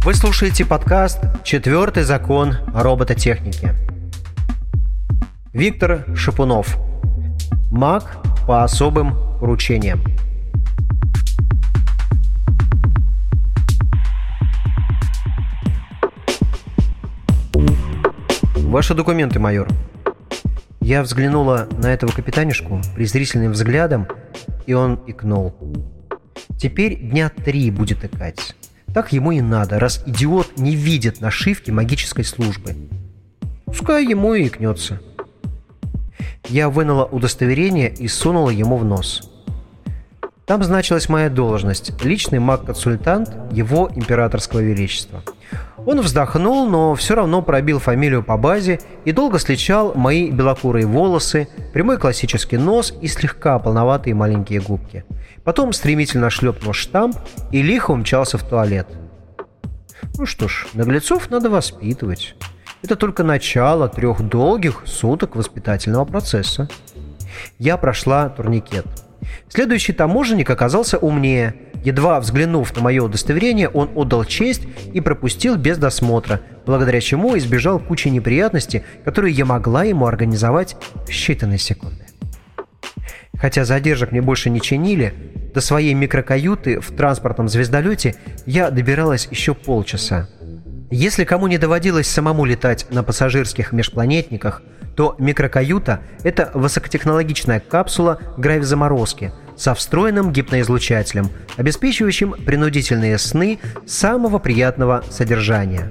Вы слушаете подкаст «Четвертый закон робототехники». Виктор Шапунов. Маг по особым поручениям. Ваши документы, майор. Я взглянула на этого капитанишку презрительным взглядом, и он икнул. Теперь дня 3 будет икать. Так ему и надо, раз идиот не видит нашивки магической службы. Пускай ему и икнется. Я вынула удостоверение и сунула ему в нос. Там значилась моя должность – личный маг-консультант его императорского величества. Он вздохнул, но все равно пробил фамилию по базе и долго сличал мои белокурые волосы, прямой классический нос и слегка полноватые маленькие губки. Потом стремительно шлепнул штамп и лихо умчался в туалет. Ну что ж, наглецов надо воспитывать. Это только начало 3 долгих суток воспитательного процесса. Я прошла турникет. Следующий таможенник оказался умнее. Едва взглянув на мое удостоверение, он отдал честь и пропустил без досмотра, благодаря чему избежал кучи неприятностей, которые я могла ему организовать в считанные секунды. Хотя задержек мне больше не чинили, до своей микрокаюты в транспортном звездолете я добиралась еще полчаса. Если кому не доводилось самому летать на пассажирских межпланетниках, то микрокаюта – это высокотехнологичная капсула гравизаморозки со встроенным гипноизлучателем, обеспечивающим принудительные сны самого приятного содержания,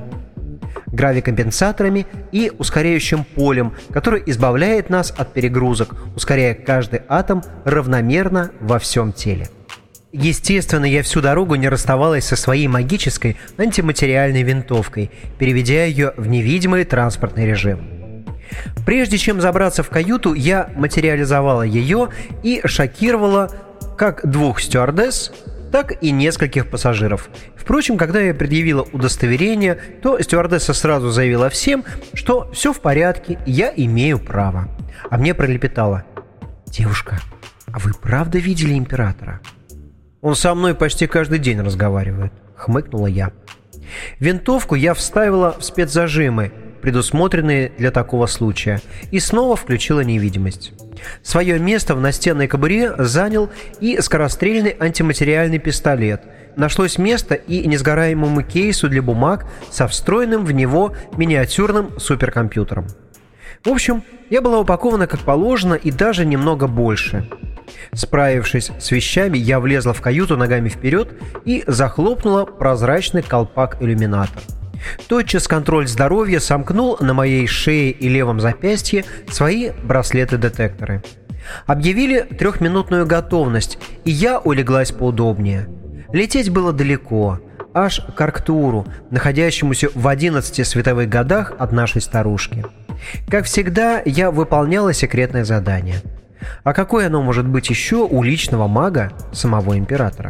гравикомпенсаторами и ускоряющим полем, который избавляет нас от перегрузок, ускоряя каждый атом равномерно во всем теле. Естественно, я всю дорогу не расставалась со своей магической антиматериальной винтовкой, переведя ее в невидимый транспортный режим. Прежде чем забраться в каюту, я материализовала ее и шокировала как 2 стюардесс, так и нескольких пассажиров. Впрочем, когда я предъявила удостоверение, то стюардесса сразу заявила всем, что все в порядке, я имею право. А мне пролепетала: «Девушка, а вы правда видели императора?» «Он со мной почти каждый день разговаривает», — хмыкнула я. Винтовку я вставила в спецзажимы, предусмотренные для такого случая, и снова включила невидимость. Свое место в настенной кобуре занял и скорострельный антиматериальный пистолет. Нашлось место и несгораемому кейсу для бумаг со встроенным в него миниатюрным суперкомпьютером. В общем, я была упакована как положено и даже немного больше. Справившись с вещами, я влезла в каюту ногами вперед и захлопнула прозрачный колпак-иллюминатор. Тотчас контроль здоровья сомкнул на моей шее и левом запястье свои браслеты-детекторы. Объявили 3-минутную готовность, и я улеглась поудобнее. Лететь было далеко, аж к Арктуру, находящемуся в 11 световых годах от нашей старушки. Как всегда, я выполняла секретное задание. А какое оно может быть еще у личного мага самого императора?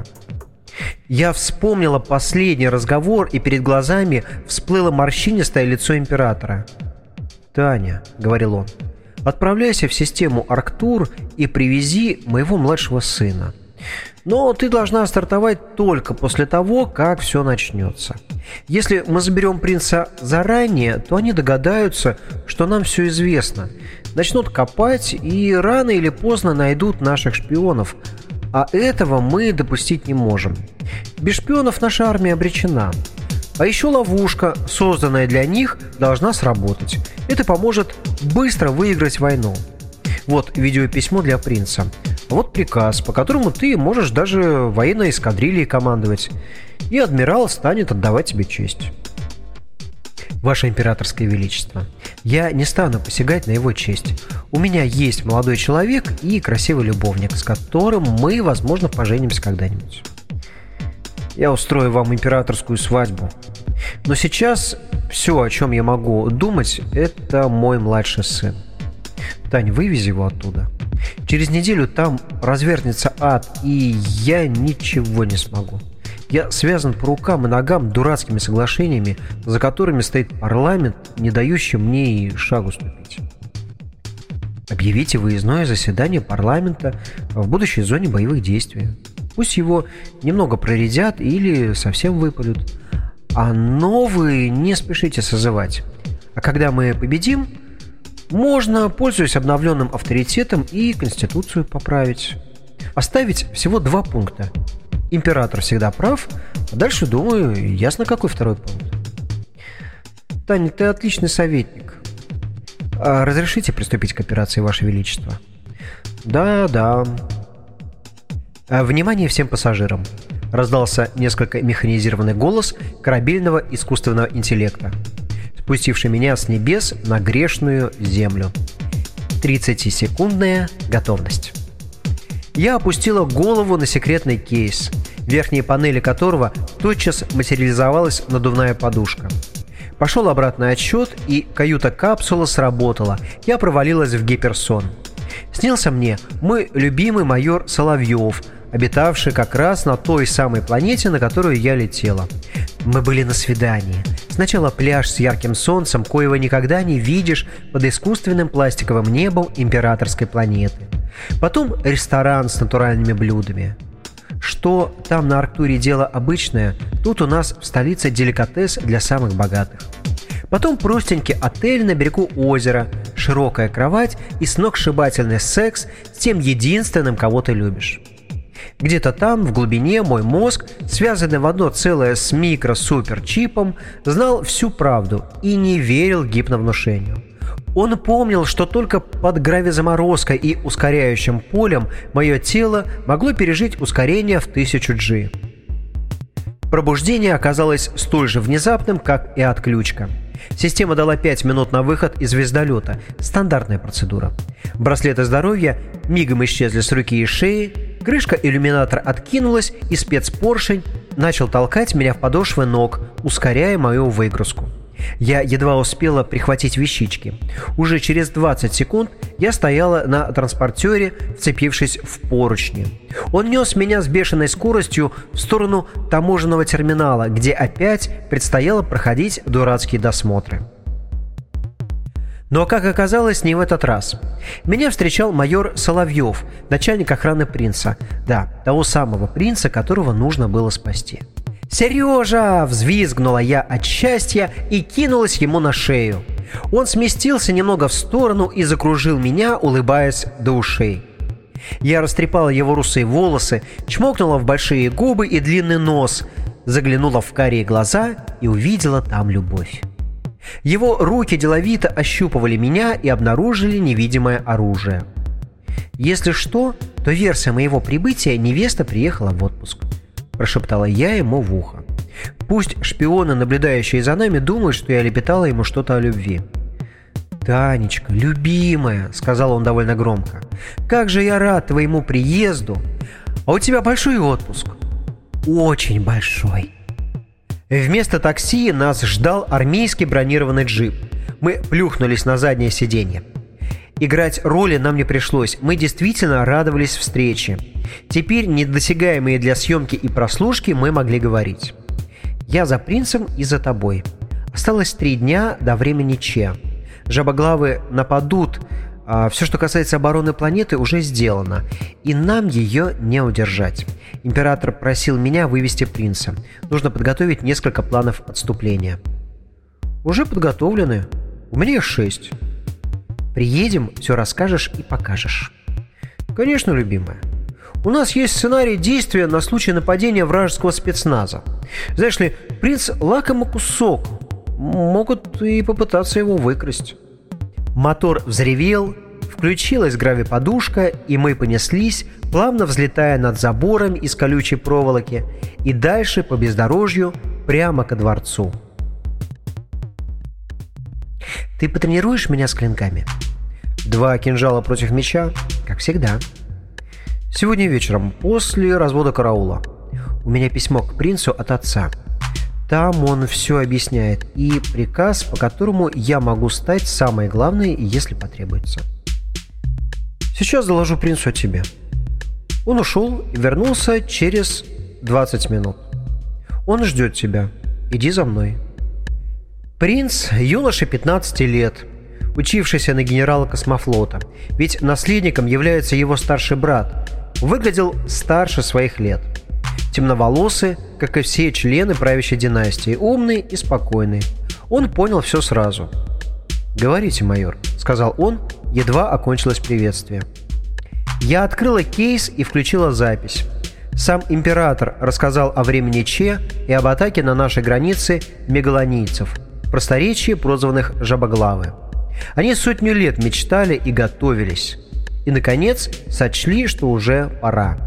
Я вспомнила последний разговор, и перед глазами всплыло морщинистое лицо императора. «Таня», — говорил он, — «отправляйся в систему Арктур и привези моего младшего сына. Но ты должна стартовать только после того, как все начнется. Если мы заберем принца заранее, то они догадаются, что нам все известно, начнут копать и рано или поздно найдут наших шпионов. А этого мы допустить не можем. Без шпионов наша армия обречена. А еще ловушка, созданная для них, должна сработать. Это поможет быстро выиграть войну. Вот видеописьмо для принца. Вот приказ, по которому ты можешь даже военной эскадрильей командовать. И адмирал станет отдавать тебе честь». «Ваше императорское величество, я не стану посягать на его честь. У меня есть молодой человек и красивый любовник, с которым мы, возможно, поженимся когда-нибудь. Я устрою вам императорскую свадьбу. Но сейчас все, о чем я могу думать, это мой младший сын. Тань, вывези его оттуда. Через неделю там развернется ад, и я ничего не смогу. Я связан по рукам и ногам дурацкими соглашениями, за которыми стоит парламент, не дающий мне и шагу ступить. Объявите выездное заседание парламента в будущей зоне боевых действий. Пусть его немного проредят или совсем выпалят. а новые не спешите созывать. А когда мы победим, можно, пользуясь обновленным авторитетом, и Конституцию поправить. Оставить всего 2 пункта. Император всегда прав, а дальше, думаю, ясно, какой второй пункт. Таня, ты отличный советник. Разрешите приступить к операции, Ваше Величество? Да. Внимание всем пассажирам. Раздался несколько механизированный голос корабельного искусственного интеллекта, спустивший меня с небес на грешную землю. 30-секундная готовность. Я опустила голову на секретный кейс, в верхней панели которого тотчас материализовалась надувная подушка. Пошел обратный отсчет, и каюта-капсула сработала. Я провалилась в гиперсон. Снился мне мой любимый майор Соловьев, обитавший как раз на той самой планете, на которую я летела. Мы были на свидании. Сначала пляж с ярким солнцем, коего никогда не видишь под искусственным пластиковым небом императорской планеты. Потом ресторан с натуральными блюдами. Что там на Арктуре дело обычное, тут у нас в столице деликатес для самых богатых. Потом простенький отель на берегу озера, широкая кровать и сногсшибательный секс с тем единственным, кого ты любишь. Где-то там, в глубине, мой мозг, связанный в одно целое с микро-супер-чипом, знал всю правду и не верил гипновнушению. Он помнил, что только под гравизаморозкой и ускоряющим полем мое тело могло пережить ускорение в 1000 G. Пробуждение оказалось столь же внезапным, как и отключка. Система дала 5 минут на выход из звездолета. Стандартная процедура. Браслеты здоровья мигом исчезли с руки и шеи, крышка иллюминатора откинулась, и спецпоршень начал толкать меня в подошвы ног, ускоряя мою выгрузку. Я едва успела прихватить вещички. Уже через 20 секунд я стояла на транспортере, вцепившись в поручни. Он нес меня с бешеной скоростью в сторону таможенного терминала, где опять предстояло проходить дурацкие досмотры. Но, как оказалось, не в этот раз. Меня встречал майор Соловьев, начальник охраны принца. Да, того самого принца, которого нужно было спасти. «Сережа!» – взвизгнула я от счастья и кинулась ему на шею. Он сместился немного в сторону и закружил меня, улыбаясь до ушей. Я растрепала его русые волосы, чмокнула в большие губы и длинный нос, заглянула в карие глаза и увидела там любовь. Его руки деловито ощупывали меня и обнаружили невидимое оружие. Если что, то версия моего прибытия: невеста приехала в отпуск. Прошептала я ему в ухо. Пусть шпионы, наблюдающие за нами, думают, что я лепетала ему что-то о любви. «Танечка, любимая», — сказал он довольно громко, — «как же я рад твоему приезду! А у тебя большой отпуск?» «Очень большой». Вместо такси нас ждал армейский бронированный джип. Мы плюхнулись на заднее сиденье. Играть роли нам не пришлось, мы действительно радовались встрече. Теперь, недосягаемые для съемки и прослушки, мы могли говорить. «Я за принцем и за тобой. Осталось 3 дня до времени Че. Жабоглавы нападут, а все, что касается обороны планеты, уже сделано, и нам ее не удержать. Император просил меня вывести принца. Нужно подготовить несколько планов отступления». «Уже подготовлены. У меня их 6. Приедем, все расскажешь и покажешь». «Конечно, любимая. У нас есть сценарий действия на случай нападения вражеского спецназа. Знаешь ли, принц лакомый кусок. Могут и попытаться его выкрасть». Мотор взревел, включилась гравиподушка, и мы понеслись, плавно взлетая над забором из колючей проволоки и дальше по бездорожью прямо ко дворцу. «Ты потренируешь меня с клинками?» 2 кинжала против меча, как всегда. «Сегодня вечером, после развода караула. У меня письмо к принцу от отца. Там он все объясняет, и приказ, по которому я могу стать самой главной, если потребуется. Сейчас доложу принцу о тебе». Он ушел и вернулся через 20 минут. «Он ждет тебя. Иди за мной». Принц – юноша 15 лет, учившийся на генерала космофлота, ведь наследником является его старший брат, выглядел старше своих лет. темноволосый, как и все члены правящей династии, умный и спокойный. Он понял все сразу. «Говорите, майор», — сказал он, едва окончилось приветствие. Я открыла кейс и включила запись. Сам император рассказал о времени Че и об атаке на нашей границе мегалонийцев, в просторечии прозванных Жабоглавы. Они сотню лет мечтали и готовились. И, наконец, сочли, что уже пора.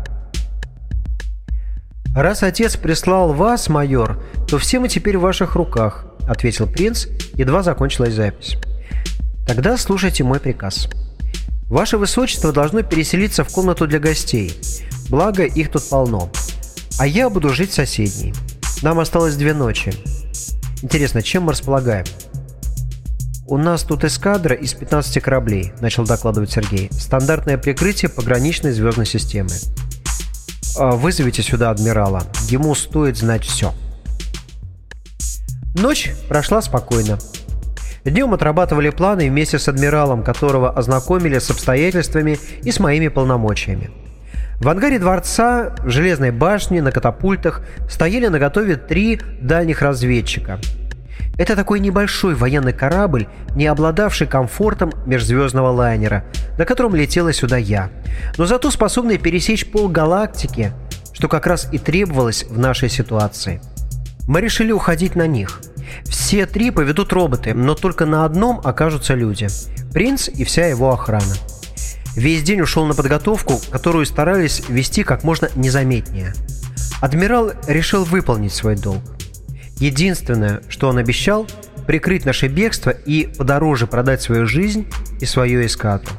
«Раз отец прислал вас, майор, то все мы теперь в ваших руках», — ответил принц, едва закончилась запись. «Тогда слушайте мой приказ. Ваше высочество должно переселиться в комнату для гостей, благо их тут полно. А я буду жить в соседней. Нам осталось 2 ночи. Интересно, чем мы располагаем?» «У нас тут эскадра из 15 кораблей», — начал докладывать Сергей. «Стандартное прикрытие пограничной звездной системы. Вызовите сюда адмирала. Ему стоит знать все». Ночь прошла спокойно. Днем отрабатывали планы вместе с адмиралом, которого ознакомили с обстоятельствами и с моими полномочиями. В ангаре дворца, в железной башне, на катапультах стояли наготове 3 дальних разведчика. Это такой небольшой военный корабль, не обладавший комфортом межзвездного лайнера, на котором летела сюда я, но зато способный пересечь полгалактики, что как раз и требовалось в нашей ситуации. Мы решили уходить на них. Все 3 поведут роботы, но только на одном окажутся люди – принц и вся его охрана. Весь день ушел на подготовку, которую старались вести как можно незаметнее. Адмирал решил выполнить свой долг. Единственное, что он обещал – прикрыть наше бегство и подороже продать свою жизнь и свою эскадру.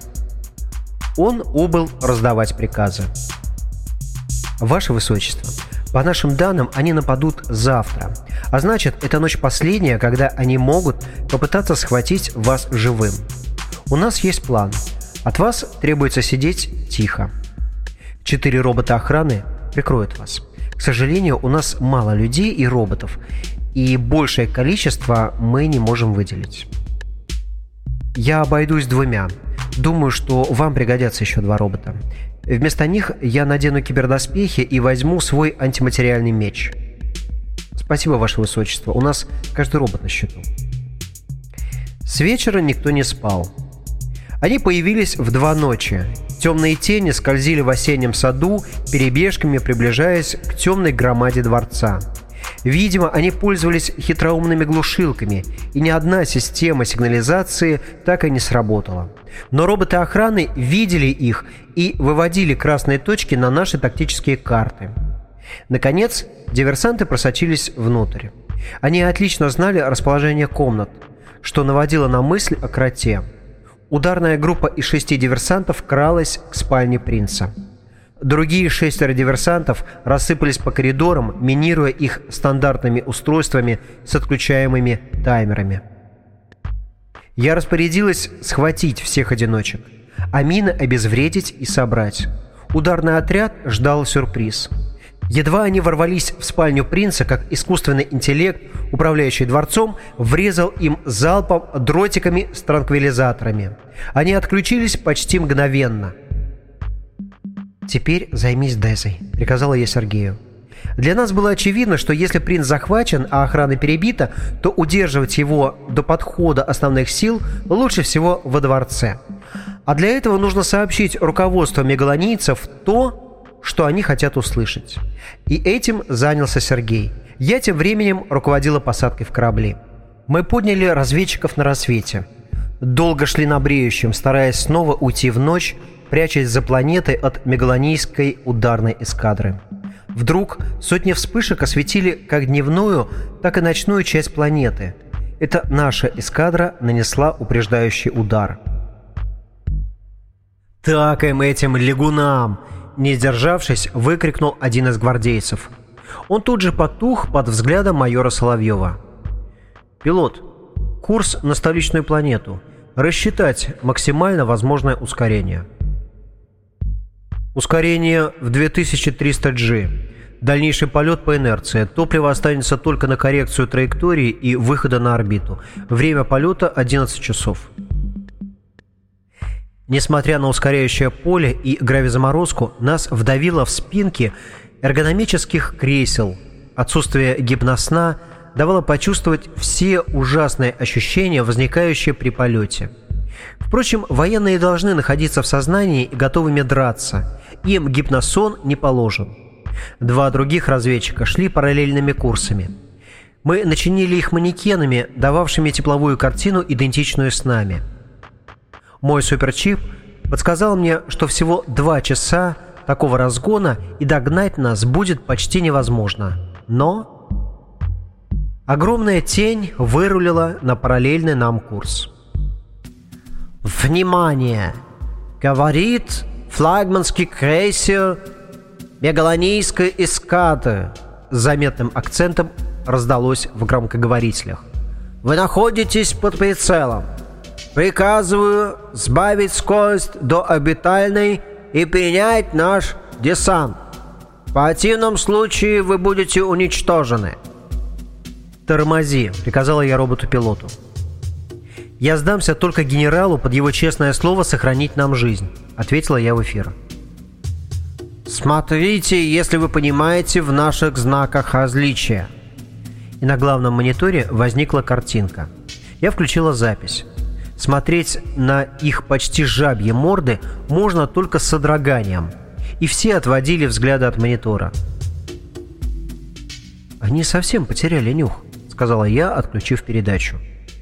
Он убыл раздавать приказы. «Ваше Высочество, по нашим данным, они нападут завтра. А значит, это ночь последняя, когда они могут попытаться схватить вас живым. У нас есть план. От вас требуется сидеть тихо. 4 робота охраны прикроют вас. К сожалению, у нас мало людей и роботов, и большее количество мы не можем выделить. Я обойдусь 2. Думаю, что вам пригодятся еще 2 робота. Вместо них я надену кибердоспехи и возьму свой антиматериальный меч. Спасибо, Ваше Высочество, у нас каждый робот на счету». С вечера никто не спал. Они появились в 2 ночи. Темные тени скользили в осеннем саду, перебежками приближаясь к темной громаде дворца. Видимо, они пользовались хитроумными глушилками, и ни одна система сигнализации так и не сработала. Но роботы охраны видели их и выводили красные точки на наши тактические карты. Наконец, диверсанты просочились внутрь. Они отлично знали расположение комнат, что наводило на мысль о кроте. Ударная группа из 6 диверсантов кралась к спальне принца. Другие 6 диверсантов рассыпались по коридорам, минируя их стандартными устройствами с отключаемыми таймерами. Я распорядилась схватить всех одиночек, а мины обезвредить и собрать. Ударный отряд ждал сюрприз. Едва они ворвались в спальню принца, как искусственный интеллект, управляющий дворцом, врезал им залпом дротиками с транквилизаторами. Они отключились почти мгновенно. «Теперь займись Дезой», — приказала я Сергею. Для нас было очевидно, что если принц захвачен, а охрана перебита, то удерживать его до подхода основных сил лучше всего во дворце. А для этого нужно сообщить руководству мегалонийцев то, что они хотят услышать. И этим занялся Сергей. Я тем временем руководила посадкой в корабли. Мы подняли разведчиков на рассвете. Долго шли на бреющем, стараясь снова уйти в ночь, прячась за планетой от мегалонийской ударной эскадры. Вдруг сотни вспышек осветили как дневную, так и ночную часть планеты. Это наша эскадра нанесла упреждающий удар. «Так им этим лягунам!» Не сдержавшись, выкрикнул один из гвардейцев. Он тут же потух под взглядом майора Соловьева. «Пилот, курс на столичную планету. Рассчитать максимально возможное ускорение». «Ускорение в 2300G. Дальнейший полет по инерции. Топливо останется только на коррекцию траектории и выхода на орбиту. Время полета 11 часов». Несмотря на ускоряющее поле и гравизаморозку, нас вдавило в спинки эргономических кресел, отсутствие гипносна давало почувствовать все ужасные ощущения, возникающие при полете. Впрочем, военные должны находиться в сознании и готовыми драться. Им гипносон не положен. 2 других разведчика шли параллельными курсами. Мы начинили их манекенами, дававшими тепловую картину, идентичную с нами. Мой суперчип подсказал мне, что всего 2 часа такого разгона и догнать нас будет почти невозможно. Но огромная тень вырулила на параллельный нам курс. «Внимание! Говорит флагманский крейсер Мегалонийской эскадры!» С заметным акцентом раздалось в громкоговорителях. «Вы находитесь под прицелом. Приказываю сбавить скорость до орбитальной и принять наш десант. В противном случае вы будете уничтожены». «Тормози», — приказала я роботу-пилоту. «Я сдамся только генералу под его честное слово сохранить нам жизнь», — ответила я в эфир. «Смотрите, если вы понимаете в наших знаках различия». И на главном мониторе возникла картинка. Я включила запись. Смотреть на их почти жабьи морды можно только с содроганием. И все отводили взгляды от монитора. «Они совсем потеряли нюх», — сказала я, отключив передачу.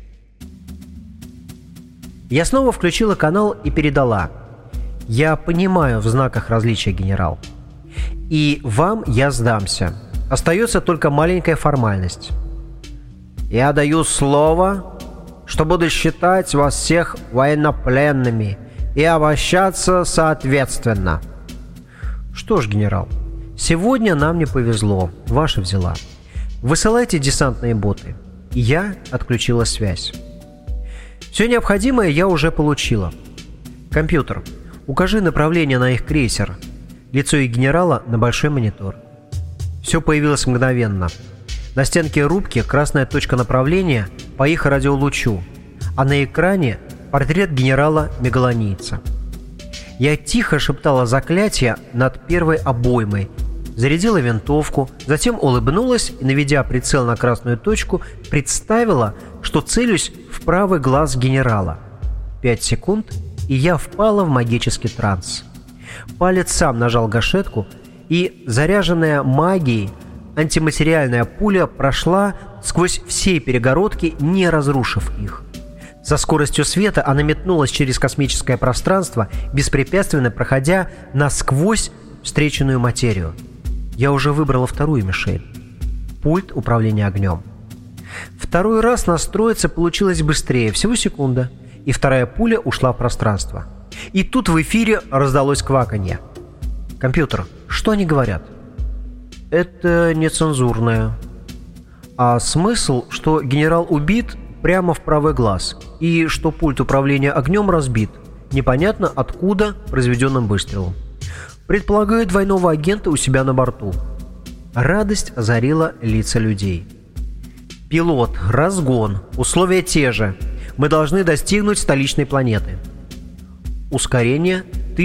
Я снова включила канал и передала. «Я понимаю в знаках различия, генерал. И вам я сдамся. Остается только маленькая формальность. Я даю слово, что буду считать вас всех военнопленными и обращаться соответственно». «Что ж, генерал, сегодня нам не повезло. Ваша взяла. Высылайте десантные боты». И я отключила связь. Все необходимое я уже получила. «Компьютер, укажи направление на их крейсер». Лицо их генерала на большой монитор. Все появилось мгновенно. На стенке рубки красная точка направления по их радиолучу, а на экране портрет генерала-мегалонийца. Я тихо шептала заклятие над первой обоймой, зарядила винтовку, затем улыбнулась и, наведя прицел на красную точку, представила, что целюсь в правый глаз генерала. 5 секунд, и я впала в магический транс. Палец сам нажал гашетку, и заряженная магией антиматериальная пуля прошла сквозь все перегородки, не разрушив их. Со скоростью света она метнулась через космическое пространство, беспрепятственно проходя насквозь встреченную материю. Я уже выбрала вторую мишень – пульт управления огнем. Второй раз настроиться получилось быстрее, всего секунда, и вторая пуля ушла в пространство. И тут в эфире раздалось кваканье. «Компьютер, что они говорят?» «Это нецензурное». «А смысл, что генерал убит прямо в правый глаз, и что пульт управления огнем разбит, непонятно откуда произведенным выстрелом. Предполагаю двойного агента у себя на борту». Радость озарила лица людей. «Пилот, разгон, условия те же. Мы должны достигнуть столичной планеты». Ускорение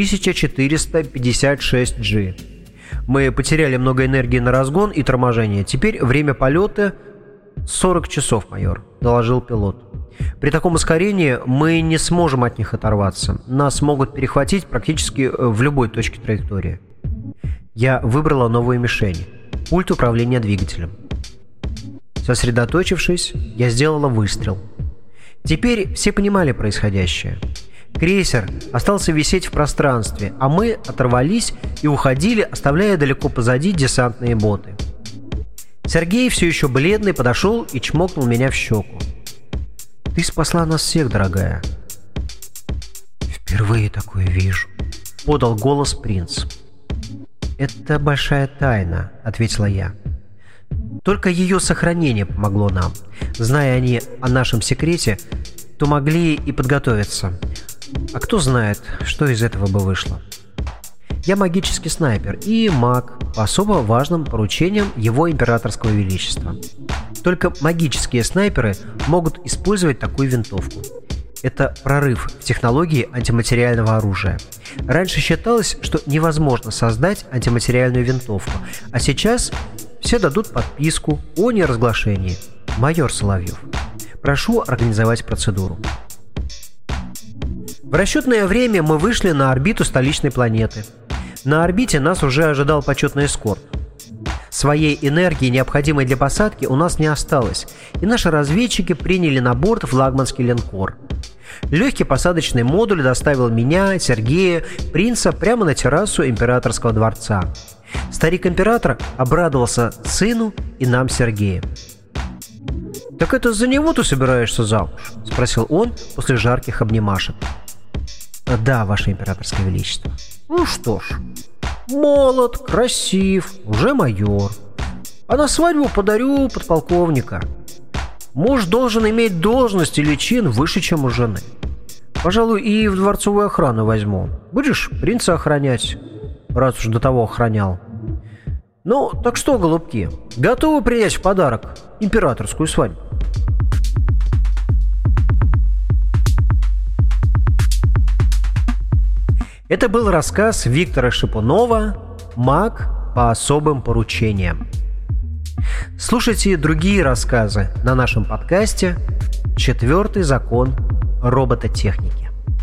1456 G. Мы потеряли много энергии на разгон и торможение. Теперь время полета 40 часов, майор, доложил пилот. При таком ускорении мы не сможем от них оторваться. Нас могут перехватить практически в любой точке траектории. Я выбрала новую мишень – пульт управления двигателем. Сосредоточившись, я сделала выстрел. Теперь все понимали происходящее. Крейсер остался висеть в пространстве, а мы оторвались и уходили, оставляя далеко позади десантные боты. Сергей, все еще бледный, подошел и чмокнул меня в щеку. «Ты спасла нас всех, дорогая». «Впервые такое вижу», — подал голос принц. «Это большая тайна», — ответила я. «Только ее сохранение помогло нам. Зная они о нашем секрете, то могли и подготовиться. А кто знает, что из этого бы вышло. Я магический снайпер и маг по особо важным поручениям его императорского величества. Только магические снайперы могут использовать такую винтовку. Это прорыв в технологии антиматериального оружия. Раньше считалось, что невозможно создать антиматериальную винтовку, а сейчас все дадут подписку о неразглашении. Майор Соловьев. Прошу организовать процедуру. В расчетное время мы вышли на орбиту столичной планеты. На орбите нас уже ожидал почетный эскорт. Своей энергии, необходимой для посадки, у нас не осталось, и наши разведчики приняли на борт флагманский линкор. Легкий посадочный модуль доставил меня, Сергея, принца прямо на террасу императорского дворца. Старик-император обрадовался сыну и нам с Сергеем. «Так это за него ты собираешься замуж?» – спросил он после жарких обнимашек. «Да, ваше императорское величество». «Ну что ж, молод, красив, уже майор. А на свадьбу подарю подполковника. Муж должен иметь должность или чин выше, чем у жены. Пожалуй, и в дворцовую охрану возьму. Будешь принца охранять, раз уж до того охранял. Ну, так что, голубки, готовы принять в подарок императорскую свадьбу?» Это был рассказ Виктора Шипунова «Маг по особым поручениям». Слушайте другие рассказы на нашем подкасте «Четвертый закон робототехники».